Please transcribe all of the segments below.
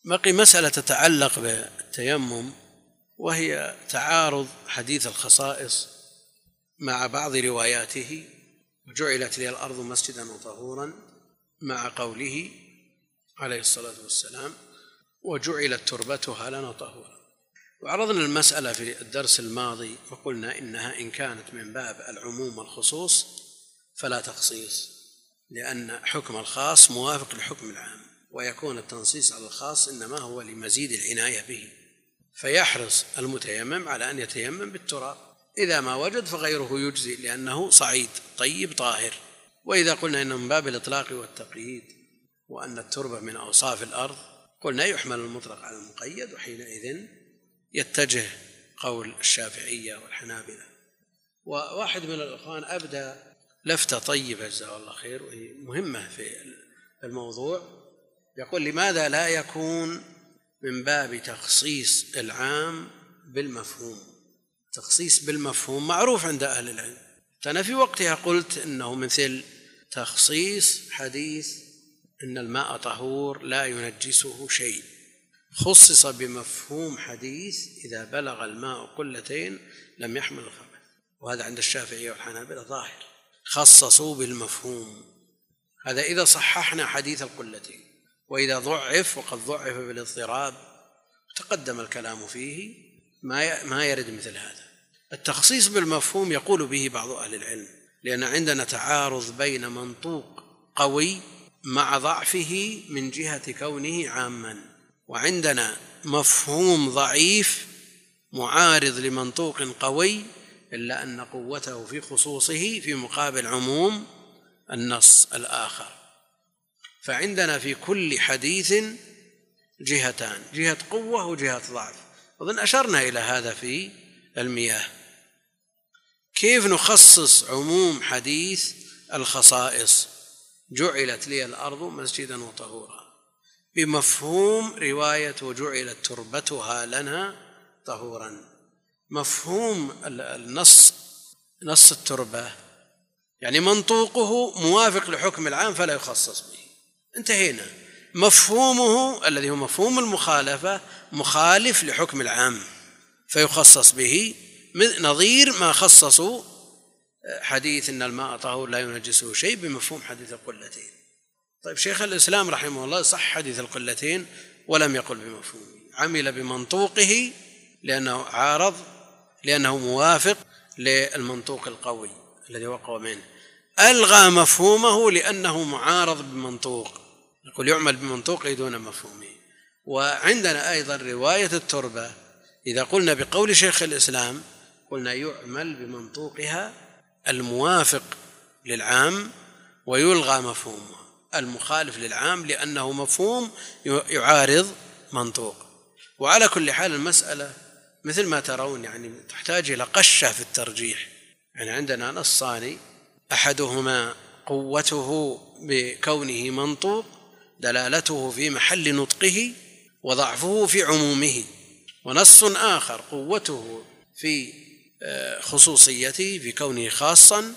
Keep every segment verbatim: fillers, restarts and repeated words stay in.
بقي مسألة تتعلق بالتيمم، وهي تعارض حديث الخصائص مع بعض رواياته: وجعلت لي الأرض مسجدا وطهورا، مع قوله عليه الصلاة والسلام: وجعلت تربتها لنا طهورا. وعرضنا المسألة في الدرس الماضي وقلنا إنها إن كانت من باب العموم والخصوص فلا تخصيص، لأن حكم الخاص موافق لحكم العام، ويكون التنصيص على الخاص إنما هو لمزيد العناية به، فيحرص المتيمم على أن يتيمم بالتراب، إذا ما وجد فغيره يجزي لأنه صعيد طيب طاهر. وإذا قلنا إنه من باب الإطلاق والتقييد وأن التربة من أوصاف الأرض، قلنا يحمل المطلق على المقيد، وحينئذ يتجه قول الشافعية والحنابلة. وواحد من الأخوان أبدى لفتة طيبة جزاه الله خير وهي مهمة في الموضوع، يقول: لماذا لا يكون من باب تخصيص العام بالمفهوم؟ تخصيص بالمفهوم معروف عند أهل العلم. أنا في وقتها قلت إنه مثل تخصيص حديث إن الماء طهور لا ينجسه شيء، خصص بمفهوم حديث إذا بلغ الماء قلتين لم يحمل الخبث، وهذا عند الشافعية والحنابلة ظاهر، خصصوا بالمفهوم. هذا إذا صححنا حديث القلتين، وإذا ضعف وقد ضعف بالاضطراب تقدم الكلام فيه ما يرد مثل هذا. التخصيص بالمفهوم يقول به بعض أهل العلم، لأن عندنا تعارض بين منطوق قوي مع ضعفه من جهة كونه عاما، وعندنا مفهوم ضعيف معارض لمنطوق قوي، إلا أن قوته في خصوصه في مقابل عموم النص الآخر. فعندنا في كل حديث جهتان، جهة قوة وجهة ضعف. أظن أشرنا إلى هذا في المياه. كيف نخصص عموم حديث الخصائص: جعلت لي الأرض مسجدا وطهورا، بمفهوم رواية وجعلت تربتها لنا طهورا. مفهوم النص، نص التربة يعني منطوقه موافق لحكم العام فلا يخصص به، انتهينا. مفهومه الذي هو مفهوم المخالفة مخالف لحكم العام فيخصص به، نظير ما خصصوا حديث إن الماء طهور لا ينجسه شيء بمفهوم حديث القلتين. طيب شيخ الإسلام رحمه الله صح حديث القلتين ولم يقل بمفهومه، عمل بمنطوقه لأنه عارض، لأنه موافق للمنطوق القوي الذي وقع منه، ألغى مفهومه لأنه معارض بمنطوق، نقول يعمل بمنطوقه دون مفهومه. وعندنا أيضا رواية التربة، إذا قلنا بقول شيخ الإسلام قلنا يعمل بمنطوقها الموافق للعام ويلغى مفهومه المخالف للعام لأنه مفهوم يعارض منطوق. وعلى كل حال المسألة مثل ما ترون يعني تحتاج إلى قشة في الترجيح. يعني عندنا نصان، أحدهما قوته بكونه منطوق دلالته في محل نطقه وضعفه في عمومه، ونص آخر قوته في خصوصيته في كونه خاصا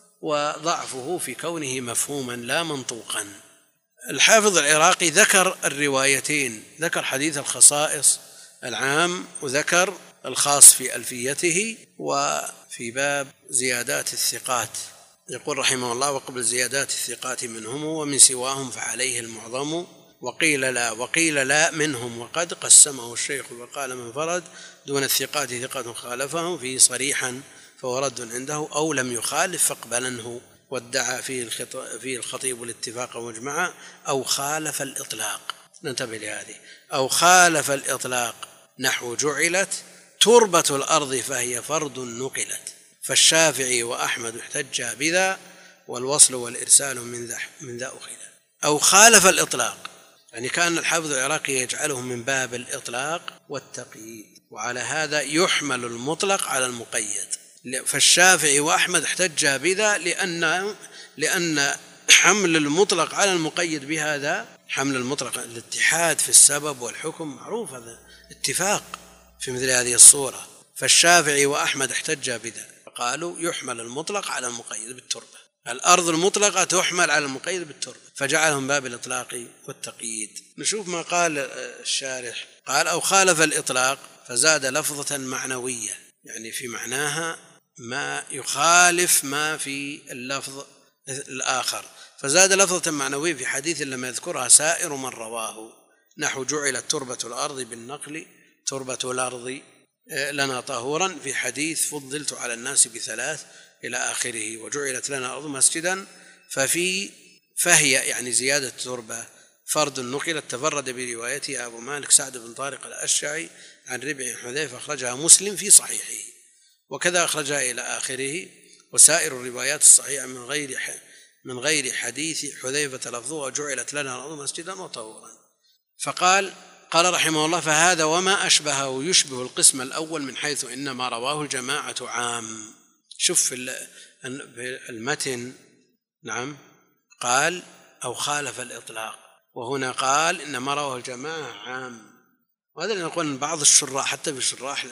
وضعفه في كونه مفهوما لا منطوقا. الحافظ العراقي ذكر الروايتين، ذكر حديث الخصائص العام وذكر الخاص في ألفيته. وفي باب زيادات الثقات يقول رحمه الله: وقبل زيادات الثقات منهم ومن سواهم فعليه المعظم، وقيل لا وقيل لا منهم، وقد قسمه الشيخ وقال من فرد دون الثقات ثقة خالفهم فيه صريحا فهو رد عنده، أو لم يخالف فاقبلنه، وادعى فيه فيه الخطيب الاتفاق مجمعا، أو خالف الإطلاق. ننتبه لهذه، أو خالف الإطلاق، نحو جعلت تربة الأرض فهي فرد نقلت، فالشافعي وأحمد احتجا بذا، والوصل والإرسال من ذا من ذا أخذ. أو خالف الإطلاق، يعني كان الحافظ العراقي يجعله من باب الإطلاق والتقييد، وعلى هذا يحمل المطلق على المقيد. فالشافعي وأحمد احتجا بذا لأن لأن حمل المطلق على المقيد بهذا، حمل المطلق الاتحاد في السبب والحكم معروف، هذا اتفاق في مثل هذه الصورة. فالشافعي وأحمد احتجا بذا، فقالوا يحمل المطلق على المقيد بالتربة. الأرض المطلقة تحمل على المقيد بالتربة، فجعلهم باب الإطلاق والتقييد. نشوف ما قال الشارح، قال أو خالف الإطلاق فزاد لفظة معنوية، يعني في معناها ما يخالف ما في اللفظ الآخر، فزاد لفظة معنوية في حديث لم يذكرها سائر من رواه، نحو جعلت تربة الأرض بالنقل تربة الأرض لنا طهورا، في حديث فضلت على الناس بثلاث إلى آخره، وجعلت لنا الأرض مسجدا، ففي فهي يعني زيادة تربة فرد نقلت تفرد بروايتها أبو مالك سعد بن طارق الأشعري عن ربع حذيفة، أخرجها مسلم في صحيحه، وكذا أخرجها إلى آخره. وسائر الروايات الصحيحة من غير من غير حديث حذيفة لفظه وجعلت لنا الأرض مسجدا وطهورا. فقال قال رحمه الله فهذا وما أشبهه يشبه القسم الأول من حيث إنما رواه الجماعة عام. شوف في المتن نعم قال أو خالف الإطلاق، وهنا قال إنما رواه الجماعة عام، وهذا اللي نقول من بعض الشراح حتى في شراح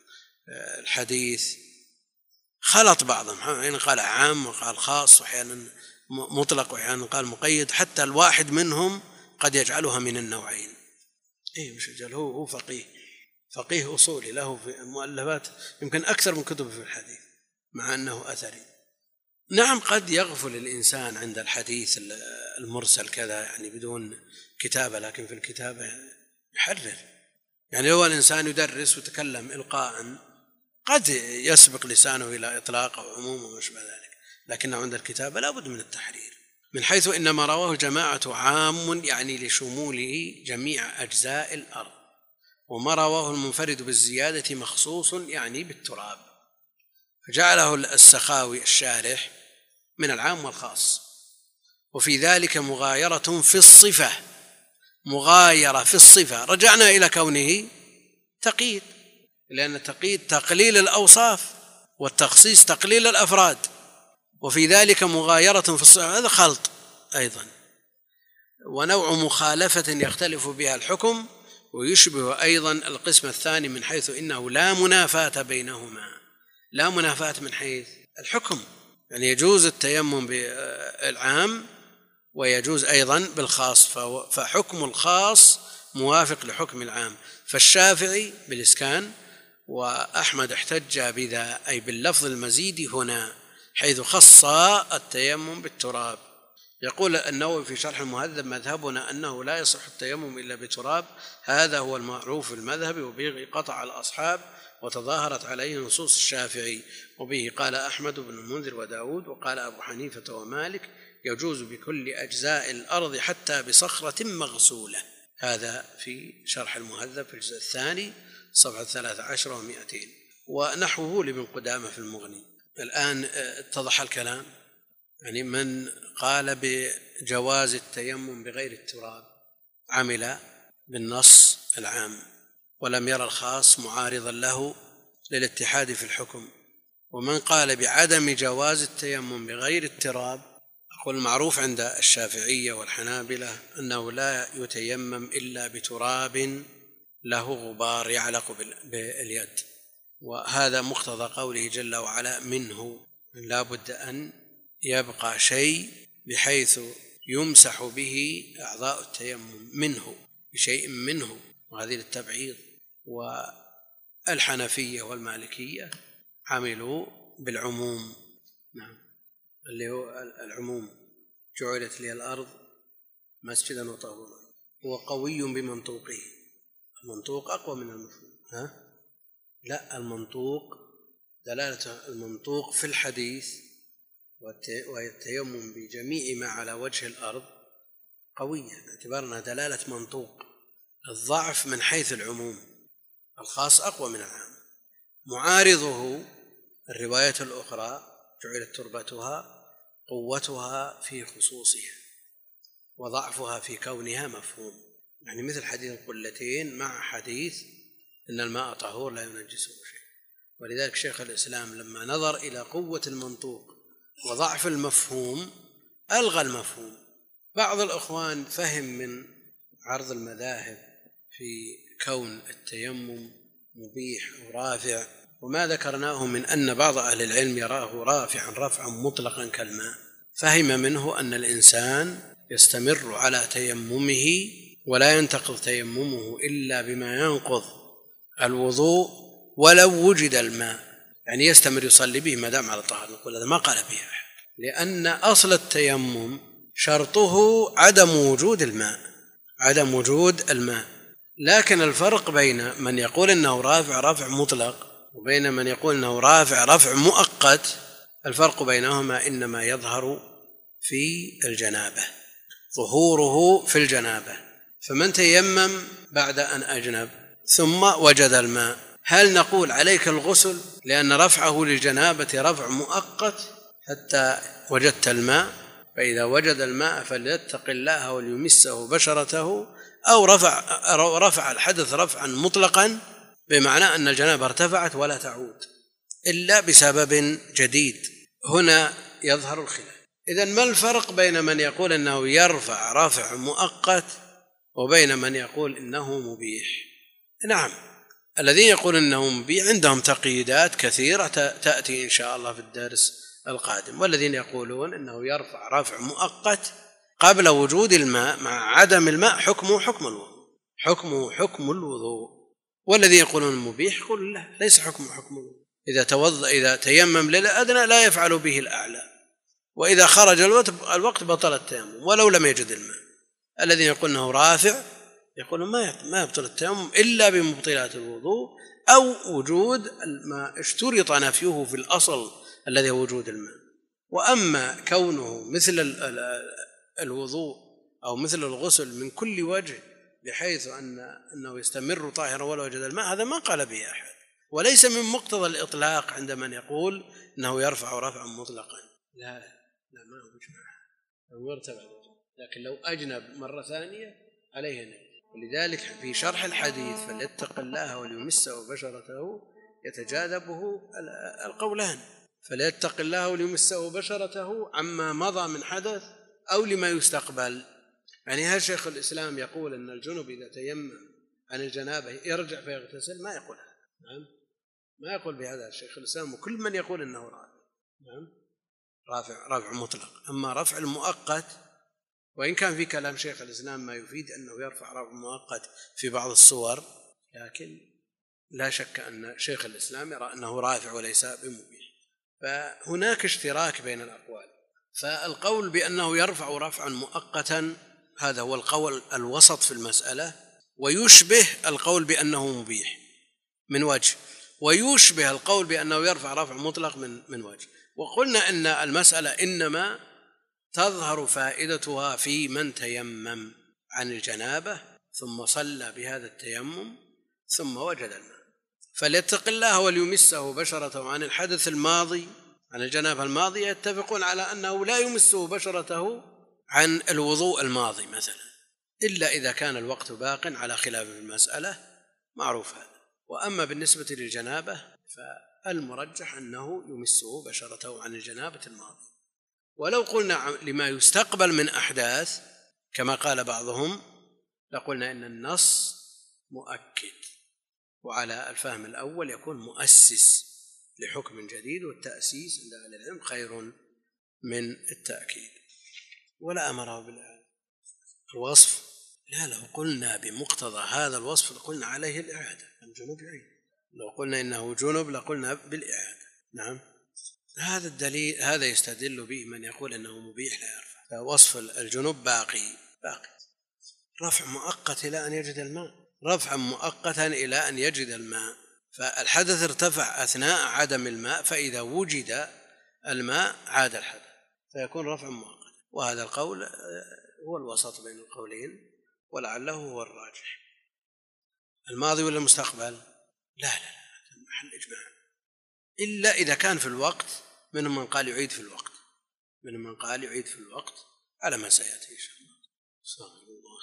الحديث خلط بعضهم، أحيانا قال عام وقال خاص وأحيانا مطلق وأحيانا قال مقيد، حتى الواحد منهم قد يجعلها من النوعين. إيه مش يجعل، هو هو فقيه فقيه أصولي له في المؤلفات يمكن أكثر من كتب في الحديث مع أنه أثري. نعم قد يغفل الإنسان عند الحديث المرسل كذا يعني بدون كتابة، لكن في الكتابة يحرر، يعني هو الإنسان يدرس وتكلم إلقاء قد يسبق لسانه إلى إطلاق أو عموم وما شابه ذلك، لكنه عند الكتابة لا بد من التحرير. من حيث إنما رواه الجماعة عام يعني لشموله جميع أجزاء الأرض، وما رواه المنفرد بالزيادة مخصوص يعني بالتراب، فجعله السخاوي الشارح من العام والخاص. وفي ذلك مغايرة في الصفة، مغايرة في الصفة رجعنا إلى كونه تقييد، لأن التقييد تقليل الأوصاف والتخصيص تقليل الأفراد، وفي ذلك مغايرة في الصفة هذا خلط أيضا، ونوع مخالفة يختلف بها الحكم، ويشبه أيضا القسم الثاني من حيث إنه لا منافاة بينهما، لا منافاة من حيث الحكم، يعني يجوز التيمم بالعام ويجوز أيضا بالخاص، فحكم الخاص موافق لحكم العام، فالشافعي بالإسكان وأحمد احتج بذا أي باللفظ المزيد هنا حيث خص التيمم بالتراب. يقول النووي في شرح المهذب مذهبنا أنه لا يصح التيمم إلا بتراب، هذا هو المعروف في المذهب، وبه قطع الأصحاب وتظاهرت عليه نصوص الشافعي، وبه قال أحمد بن المنذر وداود، وقال أبو حنيفة ومالك يجوز بكل أجزاء الأرض حتى بصخرة مغسولة. هذا في شرح المهذب في الجزء الثاني صفحة ثلاث عشر ومئتين، ونحوه لابن قدامة في المغني. الآن اتضح الكلام، يعني من قال بجواز التيمم بغير التراب عمل بالنص العام ولم يرى الخاص معارضا له للاتحاد في الحكم، ومن قال بعدم جواز التيمم بغير التراب، أقول المعروف عند الشافعية والحنابلة أنه لا يتيمم إلا بتراب له غبار يعلق باليد، وهذا مقتضى قوله جل وعلا منه، لا بد أن يبقى شيء بحيث يمسح به أعضاء التيمم منه بشيء منه، وهذه للتبعيض. والحنفية والمالكية عملوا بالعموم، نعم اللي هو العموم جعلت لي الأرض مسجدا وطهورا، هو قوي بمنطوقه، المنطوق أقوى من المفهوم. ها؟ لا، المنطوق دلالة المنطوق في الحديث والتيمم بجميع ما على وجه الأرض قوية باعتبارنا دلالة منطوق، الضعف من حيث العموم، الخاص أقوى من العام. معارضه الرواية الأخرى جعلت تربتها قوتها في خصوصها وضعفها في كونها مفهوم، يعني مثل حديث القلتين مع حديث إن الماء طهور لا ينجسه شيء. ولذلك شيخ الإسلام لما نظر إلى قوة المنطوق وضعف المفهوم ألغى المفهوم. بعض الأخوان فهم من عرض المذاهب في كون التيمم مبيح أو رافع، وما ذكرناه من أن بعض أهل العلم يراه رافعا رفعا مطلقا كالماء، فهم منه أن الإنسان يستمر على تيممه ولا ينتقض تيممه إلا بما ينقض الوضوء ولو وجد الماء، يعني يستمر يصلي به ما دام على طهارة. نقول هذا ما قال به أحد، لأن أصل التيمم شرطه عدم وجود الماء، عدم وجود الماء. لكن الفرق بين من يقول إنه رافع رفع مطلق وبين من يقول إنه رافع رفع مؤقت، الفرق بينهما إنما يظهر في الجنابة، ظهوره في الجنابة. فمن تيمم بعد أن أجنب ثم وجد الماء، هل نقول عليك الغسل لأن رفعه للجنابة رفع مؤقت حتى وجدت الماء، فإذا وجد الماء فليتق الله وليمسه بشرته، أو رفع, رفع الحدث رفعا مطلقا بمعنى أن الجنابة ارتفعت ولا تعود إلا بسبب جديد؟ هنا يظهر الخلاف. إذن ما الفرق بين من يقول أنه يرفع رفع مؤقت وبين من يقول إنه مبيح؟ نعم، الذين يقولون أنه مبيح عندهم تقييدات كثيرة تأتي إن شاء الله في الدرس القادم، والذين يقولون أنه يرفع رفع مؤقت قبل وجود الماء مع عدم الماء حكمه حكم الوضوء، حكمه حكم الوضوء. والذين يقولون مبيح يقول لا، ليس حكمه حكم الوضوء، إذا توضأ إذا تيمم للأدنى لا يفعل به الأعلى، وإذا خرج الوقت بطل التيمم ولو لم يجد الماء. الذين يقولون أنه رافع يقولون ما ما يبطل التيمم إلا بمبطلات الوضوء أو وجود ما اشترط نفيه في الأصل الذي هو وجود الماء. وأما كونه مثل الوضوء أو مثل الغسل من كل وجه بحيث أن أنه يستمر طاهرا ولا وجد الماء، هذا ما قال به أحد، وليس من مقتضى الإطلاق عند من يقول أنه يرفع رفعا مطلقا. لا لا ما هو مجمع، هو ارتفع، لكن لو أجنب مرة ثانية عليه نهي. ولذلك في شرح الحديث فليتق الله وليمسه بشرته يتجاذبه القولان، فليتق الله وليمسه بشرته عما مضى من حدث أو لما يستقبل. يعني هل شيخ الإسلام يقول أن الجنب إذا تيمم عن الجنابة يرجع فيغتسل؟ ما يقول هذا، نعم ما يقول بهذا الشيخ الإسلام، وكل من يقول أنه رافع، نعم رافع رفع مطلق. أما رفع المؤقت، وإن كان في كلام شيخ الإسلام ما يفيد أنه يرفع رفع مؤقت في بعض الصور، لكن لا شك أن شيخ الإسلام يرى أنه رافع وليس بمبيح. فهناك اشتراك بين الأقوال، فالقول بأنه يرفع رفعا مؤقتا هذا هو القول الوسط في المسألة، ويشبه القول بأنه مبيح من وجه، ويشبه القول بأنه يرفع رفع مطلق من من وجه. وقلنا أن المسألة إنما تظهر فائدتها في من تيمم عن الجنابة ثم صلى بهذا التيمم ثم وجد الماء، فليتق الله وليمسه بشرته عن الحدث الماضي عن الجنابة الماضية. يتفقون على أنه لا يمسه بشرته عن الوضوء الماضي مثلا، إلا إذا كان الوقت باق على خلاف المسألة، معروف هذا. وأما بالنسبة للجنابة فالمرجح أنه يمسه بشرته عن الجنابة الماضي. ولو قلنا لما يستقبل من أحداث كما قال بعضهم لقلنا إن النص مؤكد، وعلى الفهم الأول يكون مؤسس لحكم جديد، والتأسيس عند أهل العلم خير من التأكيد. ولا أمره بالإعادة. الوصف لا، لو قلنا بمقتضى هذا الوصف لقلنا عليه الإعادة، الجنوب يعيد. لو قلنا إنه جنوب لقلنا بالإعادة. نعم، هذا الدليل، هذا يستدل به من يقول أنه مبيح لا يرفع. فوصف الجنوب باقي باقي رفع مؤقت إلى أن يجد الماء، رفعا مؤقتا إلى أن يجد الماء. فالحدث ارتفع أثناء عدم الماء، فإذا وجد الماء عاد الحدث فيكون رفعا مؤقتا. وهذا القول هو الوسط بين القولين، ولعله هو الراجح. الماضي ولا المستقبل؟ لا لا لا، محل إجماع، إلا إذا كان في الوقت. منهم من قال يعيد في الوقت، منهم من قال يعيد في الوقت على ما سيأتي إن شاء الله. استغفر الله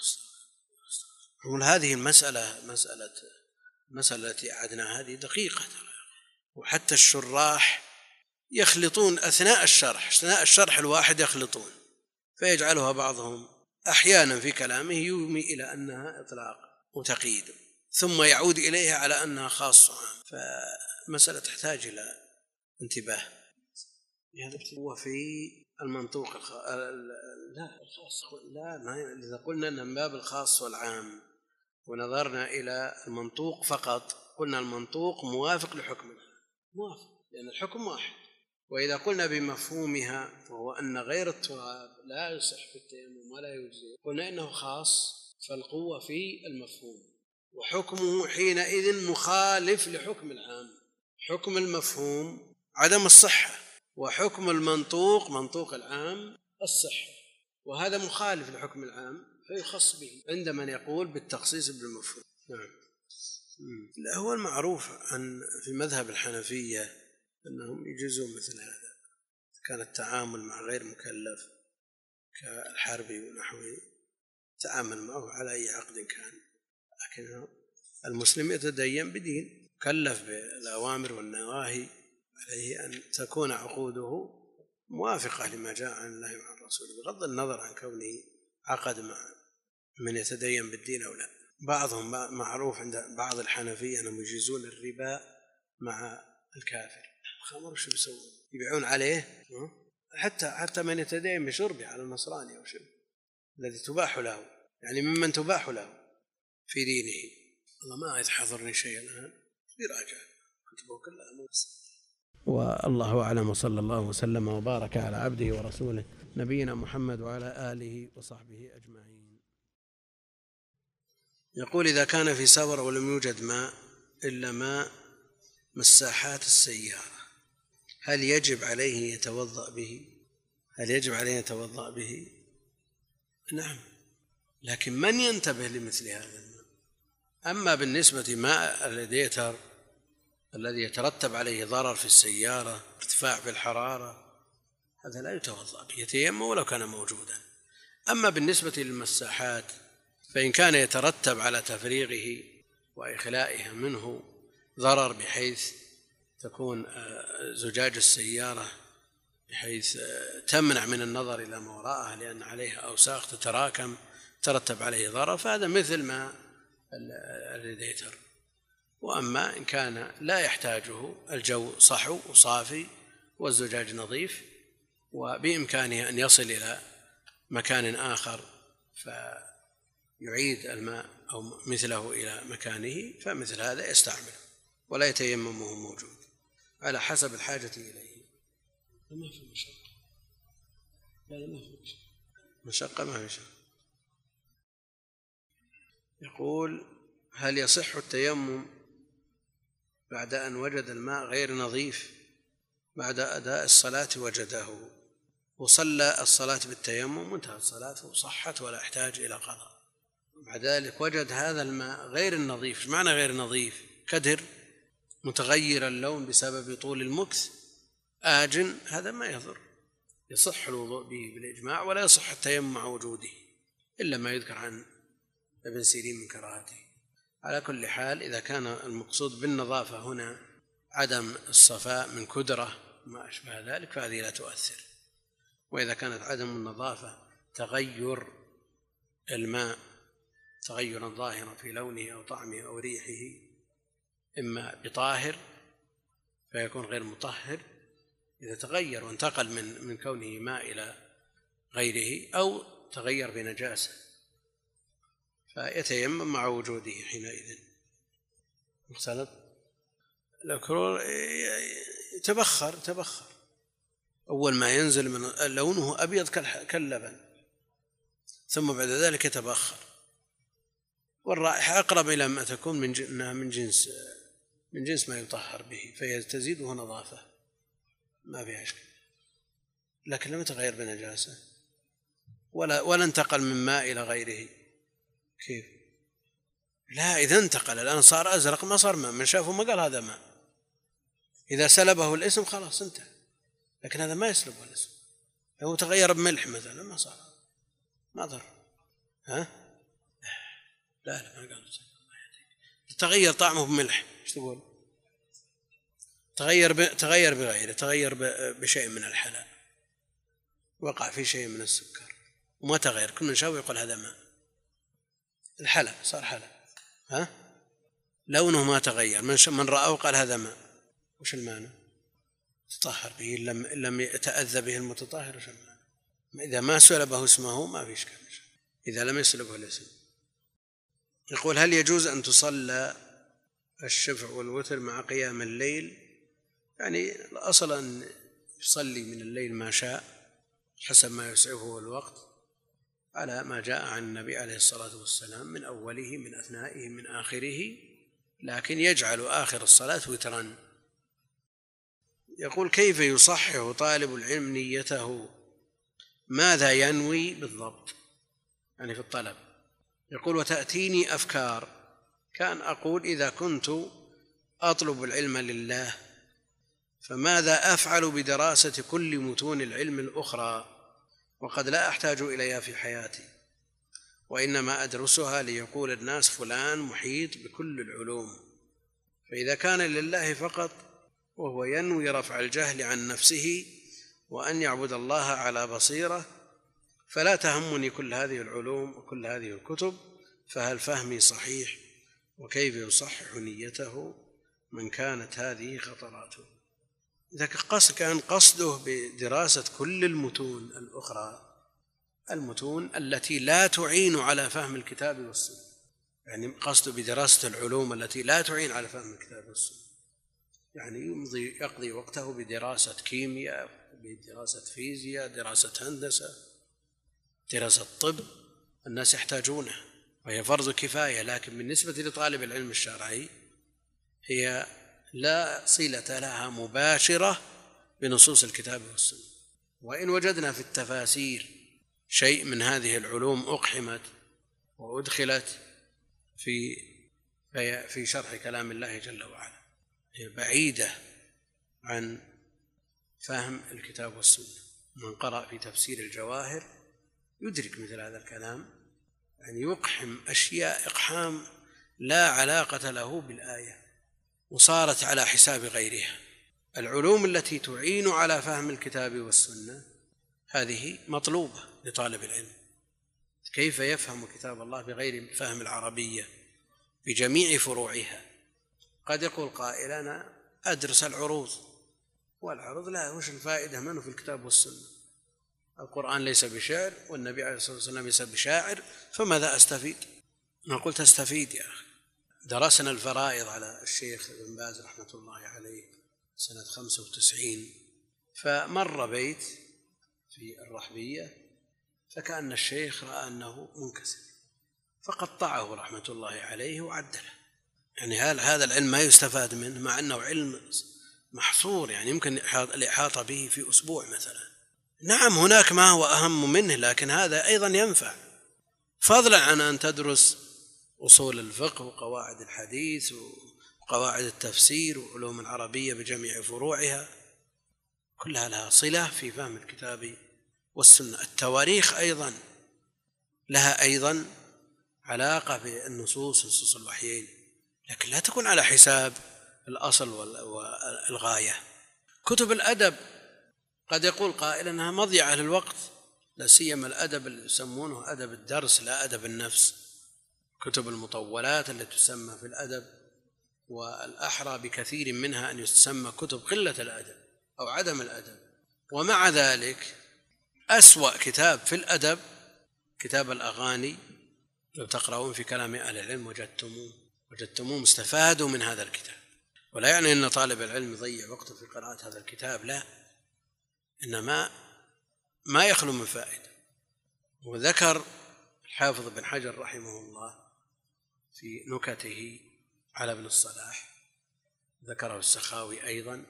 استغفر الله. هذه المسألة مسألة المسألة التي أعدنا هذه دقيقة، وحتى الشراح يخلطون أثناء الشرح أثناء الشرح الواحد يخلطون، فيجعلها بعضهم أحيانا في كلامه يومي إلى أنها إطلاق وتقييد، ثم يعود إليها على أنها خاصة. فمسألة تحتاج إلى انتباه. وفي المنطوق الخ... لا الخاص لا ما إذا قلنا أن من باب الخاص والعام ونظرنا إلى المنطوق فقط قلنا المنطوق موافق لحكم موافق لأن الحكم واحد. وإذا قلنا بمفهومها وهو أن غير التراب لا يصح في التيمم ولا يجزي قلنا إنه خاص، فالقوة في المفهوم، وحكمه حينئذ مخالف لحكم العام. حكم المفهوم عدم الصحة، وحكم المنطوق منطوق العام الصحة، وهذا مخالف لحكم العام فيخص به عند من يقول بالتخصيص بالمفهوم. نعم. لا هو المعروف عن في مذهب الحنفية أنهم يجوزون مثل هذا، كان التعامل مع غير مكلف كالحربي ونحوه تعامل معه على أي عقد كان، لكن المسلم يتدين بدين مكلف بالأوامر والنواهي، عليه أن تكون عقوده موافقة لما جاء عن الله وعن الرسول بغض النظر عن كونه عقد مع من يتدين بالدين أو لا. بعضهم معروف عند بعض الحنفية أنهم يجيزون الربا مع الكافر. الخمر شو بيسوون؟ يبيعون عليه حتى حتى من يتدين بشربه على النصراني أو شيء الذي تباح له، يعني ممن تباح له في دينه. الله ما يتحضرني شيء الآن يراجع كتبه كلها موسى. والله أعلم، وصلى الله وسلم وبارك على عبده ورسوله نبينا محمد وعلى آله وصحبه أجمعين. يقول: إذا كان في سفر ولم يوجد ماء إلا ماء مساحات السيارة، هل يجب عليه يتوضأ به؟ هل يجب عليه يتوضأ به؟ نعم، لكن من ينتبه لمثل هذا الماء؟ أما بالنسبة ماء الراديتر الذي يترتب عليه ضرر في السيارة، ارتفاع في الحرارة، هذا لا يتوضأ به، يتيمم ولو كان موجودا. أما بالنسبة للمساحات فإن كان يترتب على تفريغه وإخلائها منه ضرر بحيث تكون زجاج السيارة بحيث تمنع من النظر إلى ما وراءها لأن عليها أوساخ تتراكم ترتب عليه ضرر، فهذا مثل ما الراديتر. وأما إن كان لا يحتاجه، الجو صحو وصافي والزجاج نظيف وبإمكانه أن يصل إلى مكان آخر فيعيد الماء أو مثله إلى مكانه، فمثل هذا يستعمله ولا يتيمم وهو موجود على حسب الحاجة إليه. ما في مشقة، لا ما في مشقة، مشقة ما في مشقة. يقول: هل يصح التيمم بعد أن وجد الماء غير نظيف بعد أداء الصلاة وجده وصلى الصلاة بالتيمم وانتهت الصلاة وصحت ولا يحتاج إلى قضاء، بعد ذلك وجد هذا الماء غير النظيف؟ ايش معنى غير نظيف؟ كدر متغير اللون بسبب طول المكث آجن، هذا ما يضر، يصح الوضوء به بالإجماع ولا يصح التيمم مع وجوده إلا ما يذكر عن ابن سيرين من كراهته. على كل حال إذا كان المقصود بالنظافة هنا عدم الصفاء من كدرة ما أشبه ذلك فهذه لا تؤثر، وإذا كانت عدم النظافة تغير الماء تغيرا ظاهرا في لونه أو طعمه أو ريحه، إما بطاهر فيكون غير مطهر إذا تغير وانتقل من من كونه ماء إلى غيره، أو تغير بنجاسة فيتيمم مع وجوده حينئذ. مختلط الأكرور يتبخر تبخر أول ما ينزل من لونه أبيض كاللبن ثم بعد ذلك يتبخر، والرائحة أقرب إلى ما تكون من من جنس من جنس ما يطهر به فيتزيده نظافة ما فيها شيء، لكن لم يتغير بنجاسة ولا ولا انتقل من ماء إلى غيره. كيف؟ لا، إذا انتقل الآن صار أزرق ما صار ماء، من شافه ما قال هذا ماء، إذا سلبه الاسم خلاص انتهى، لكن هذا ما يسلبه الاسم، لو تغير بملح مثلا ما صار ما ضر. ها؟ لا لا ما قال تغير طعمه بملح ايش تقول؟ تغير ب... تغير بغيره، تغير ب... بشيء من الحلى، وقع في شيء من السكر وما تغير، كل من شاف يقول هذا ماء، الحلى صار حلى. ها؟ لونه ما تغير، من, ش... من رأى وقال هذا ماء، وش المعنى؟ تطهر به لم لم يتأذى به المتطهر، وش المعنى؟ إذا ما سلبه اسمه ما في إشكال، إذا لم يسلبه الاسم. يقول: هل يجوز أن تصلى الشفع والوتر مع قيام الليل؟ يعني الأصل أن يصلي من الليل ما شاء حسب ما يسعفه الوقت، على ما جاء عن النبي عليه الصلاة والسلام من أوله من أثنائه من آخره، لكن يجعل آخر الصلاة وترا. يقول: كيف يصحح طالب العلم نيته؟ ماذا ينوي بالضبط يعني في الطلب؟ يقول: وتأتيني أفكار، كان أقول إذا كنت أطلب العلم لله فماذا أفعل بدراسة كل متون العلم الأخرى وقد لا أحتاج إليها في حياتي، وإنما أدرسها ليقول الناس فلان محيط بكل العلوم، فإذا كان لله فقط وهو ينوي رفع الجهل عن نفسه وأن يعبد الله على بصيرة فلا تهمني كل هذه العلوم وكل هذه الكتب، فهل فهمي صحيح؟ وكيف يصحح نيته من كانت هذه خطراته؟ إذا كان قصده بدراسة كل المتون الأخرى، المتون التي لا تعين على فهم الكتاب والسنة، يعني قصده بدراسة العلوم التي لا تعين على فهم الكتاب والسنة، يعني يمضي يقضي وقته بدراسة كيمياء، بدراسة فيزياء، دراسة هندسة، دراسة طب، الناس يحتاجونه وهي فرض كفاية، لكن بالنسبة لطالب العلم الشرعي هي لا صلة لها مباشرة بنصوص الكتاب والسنة. وإن وجدنا في التفاسير شيء من هذه العلوم أقحمت وأدخلت في في شرح كلام الله جل وعلا، هي بعيدة عن فهم الكتاب والسنة. من قرأ في تفسير الجواهر يدرك مثل هذا الكلام، يعني يقحم أشياء إقحام لا علاقة له بالآية، وصارت على حساب غيرها. العلوم التي تعين على فهم الكتاب والسنة هذه مطلوبة لطالب العلم. كيف يفهم كتاب الله بغير فهم العربية بجميع فروعها؟ قد يقول قائل: أنا أدرس العروض، والعروض لا، وش الفائدة منه في الكتاب والسنة؟ القرآن ليس بشعر والنبي عليه الصلاة والسلام ليس بشاعر، فماذا أستفيد؟ ما قلت أستفيد يا أخي. درسنا الفرائض على الشيخ ابن باز رحمة الله عليه سنة خمسة وتسعين، فمر بيت في الرحبية فكأن الشيخ رأى أنه منكسر فقطعه رحمة الله عليه وعدله. يعني هل هذا العلم ما يستفاد منه مع أنه علم محصور، يعني يمكن الإحاطة به في أسبوع مثلا؟ نعم هناك ما هو أهم منه، لكن هذا أيضا ينفع، فضلا عن أن تدرس أصول الفقه وقواعد الحديث وقواعد التفسير وعلوم العربية بجميع فروعها، كلها لها صلة في فهم الكتاب والسنة. التواريخ أيضا لها أيضا علاقة بالنصوص نصوص الوحيين، لكن لا تكون على حساب الأصل والغاية. كتب الأدب قد يقول قائل أنها مضيعة للوقت، لا سيما الأدب اللي يسمونه أدب الدرس لا أدب النفس، كتب المطولات التي تسمى في الأدب، والأحرى بكثير منها أن يسمى كتب قلة الأدب أو عدم الأدب. ومع ذلك أسوأ كتاب في الأدب كتاب الأغاني، لو تقرؤون في كلام أهل العلم وجدتموه وجدتموه استفادوا من هذا الكتاب. ولا يعني أن طالب العلم يضيع وقته في قراءة هذا الكتاب، لا، إنما ما يخلو من فائدة. وذكر الحافظ بن حجر رحمه الله في نكته على ابن الصلاح، ذكره السخاوي أيضا،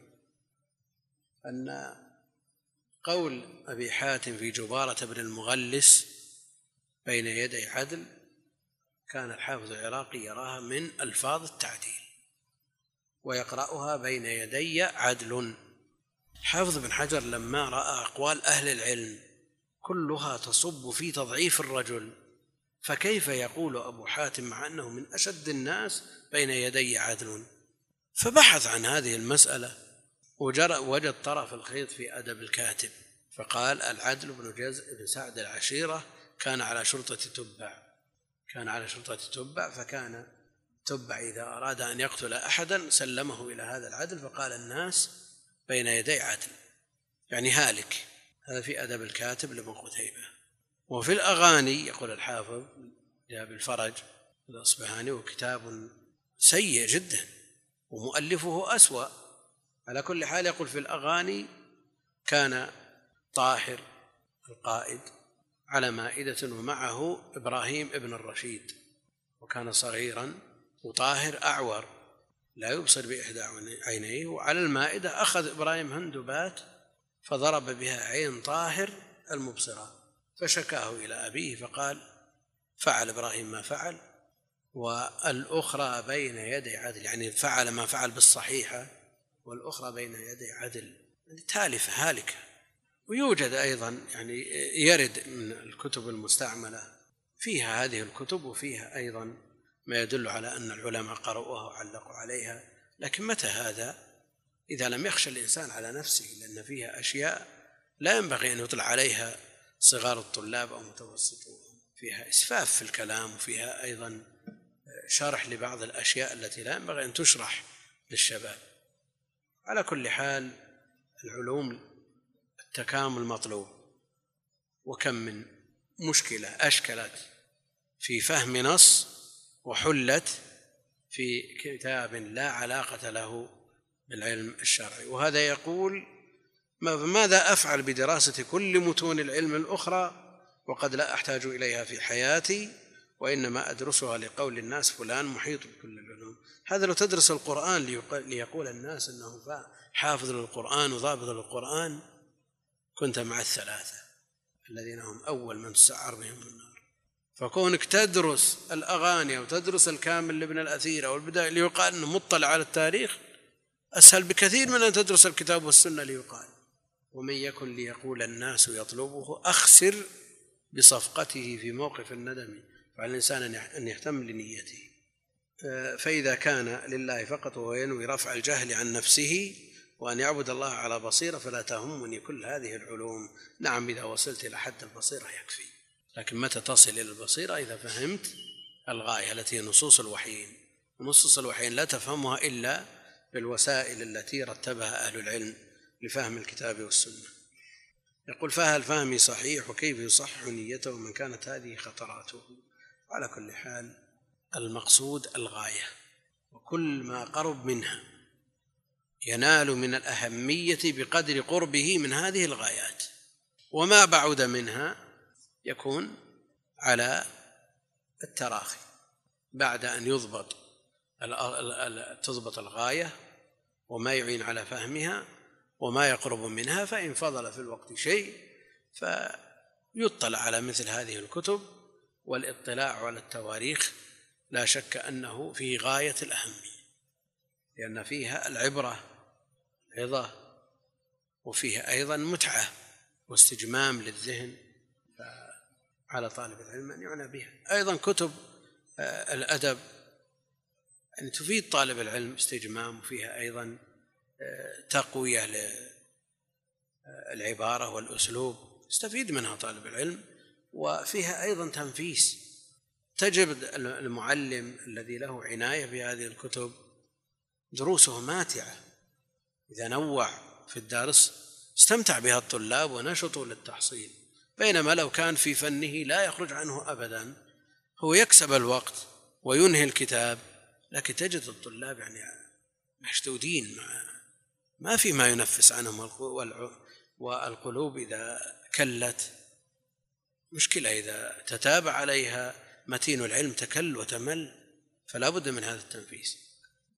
أن قول أبي حاتم في جبارة بن المغلس بين يدي عدل كان الحافظ العراقي يراها من ألفاظ التعديل ويقرأها بين يدي عدل. الحافظ بن حجر لما رأى أقوال أهل العلم كلها تصب في تضعيف الرجل، فكيف يقول أبو حاتم مع أنه من أشد الناس بين يدي عدل؟ فبحث عن هذه المسألة ووجد طرف الخيط في أدب الكاتب، فقال: العدل بن جزء بن سعد العشيرة كان على شرطة تبع كان على شرطة تبع فكان تبع إذا أراد أن يقتل أحدا سلمه إلى هذا العدل، فقال الناس بين يدي عدل، يعني هالك هذا في أدب الكاتب لابن قتيبة. وفي الأغاني يقول الحافظ جاء بالفرج الأصبهاني وكتاب سيء جدا ومؤلفه أسوأ. على كل حال يقول في الأغاني كان طاهر القائد على مائدة ومعه إبراهيم ابن الرشيد، وكان صغيرا، وطاهر أعور لا يبصر بإحدى عينيه، وعلى المائدة أخذ إبراهيم هندبات فضرب بها عين طاهر المبصرة، فشكاه إلى أبيه فقال فعل إبراهيم ما فعل والأخرى بين يدي عدل، يعني فعل ما فعل بالصحيحة والأخرى بين يدي عدل، يعني تالفة هالكة. ويوجد أيضا يعني يرد من الكتب المستعملة فيها هذه الكتب، وفيها أيضا ما يدل على أن العلماء قرأوها وعلقوا عليها، لكن متى هذا إذا لم يخشى الإنسان على نفسه، لأن فيها أشياء لا ينبغي أن يطلع عليها صغار الطلاب أو متوسطون، فيها إسفاف في الكلام، وفيها أيضا شرح لبعض الأشياء التي لا ينبغي أن تشرح للشباب. على كل حال العلوم التكامل مطلوب، وكم من مشكلة أشكلت في فهم نص وحلت في كتاب لا علاقة له بالعلم الشرعي. وهذا يقول ماذا أفعل بدراسة كل متون العلم الأخرى وقد لا أحتاج إليها في حياتي، وإنما أدرسها لقول الناس فلان محيط بكل العلوم. هذا لو تدرس القرآن ليقول الناس أنه حافظ للقرآن وضابط للقرآن كنت مع الثلاثة الذين هم أول من تسعر بهم النار. فكونك تدرس الأغاني وتدرس الكامل لابن الأثير أو البداية ليقال أنه مطلع على التاريخ أسهل بكثير من أن تدرس الكتاب والسنة ليقال. ومن يكن ليقول الناس يطلبه أخسر بصفقته في موقف الندم، فعلى الإنسان أن يهتم لنيته. فإذا كان لله فقط وهو ينوي رفع الجهل عن نفسه وأن يعبد الله على بصيرة فلا تهمني كل هذه العلوم. نعم إذا وصلت إلى حد البصيرة يكفي، لكن متى تصل إلى البصيرة؟ إذا فهمت الغاية التي هي نصوص الوحيين، ونصوص الوحيين لا تفهمها إلا بالوسائل التي رتبها أهل العلم لفهم الكتاب والسنة. يقول فهل فهمي صحيح وكيف يصحح نيته من كانت هذه خطراته؟ على كل حال المقصود الغاية، وكل ما قرب منها ينال من الأهمية بقدر قربه من هذه الغايات، وما بعد منها يكون على التراخي بعد أن يضبط تضبط الغاية وما يعين على فهمها وما يقرب منها. فإن فضل في الوقت شيء فيطلع على مثل هذه الكتب، والاطلاع على التواريخ لا شك أنه في غاية الأهمية، لأن فيها العبرة عظة، وفيها أيضا متعة واستجمام للذهن، فعلى طالب العلم أن يعنى بها. أيضا كتب الأدب يعني تفيد طالب العلم استجمام، وفيها أيضا تقوية للعبارة والأسلوب يستفيد منها طالب العلم، وفيها أيضا تنفيس. تجد المعلم الذي له عناية بهذه الكتب دروسه ماتعة، إذا نوع في الدرس استمتع بها الطلاب ونشطوا للتحصيل، بينما لو كان في فنه لا يخرج عنه أبدا هو يكسب الوقت وينهي الكتاب، لكن تجد الطلاب يعني مشدودين، ما في ما ينفس عنهم، والقلوب إذا كلت مشكلة، إذا تتابع عليها متين العلم تكل وتمل، فلا بد من هذا التنفيس.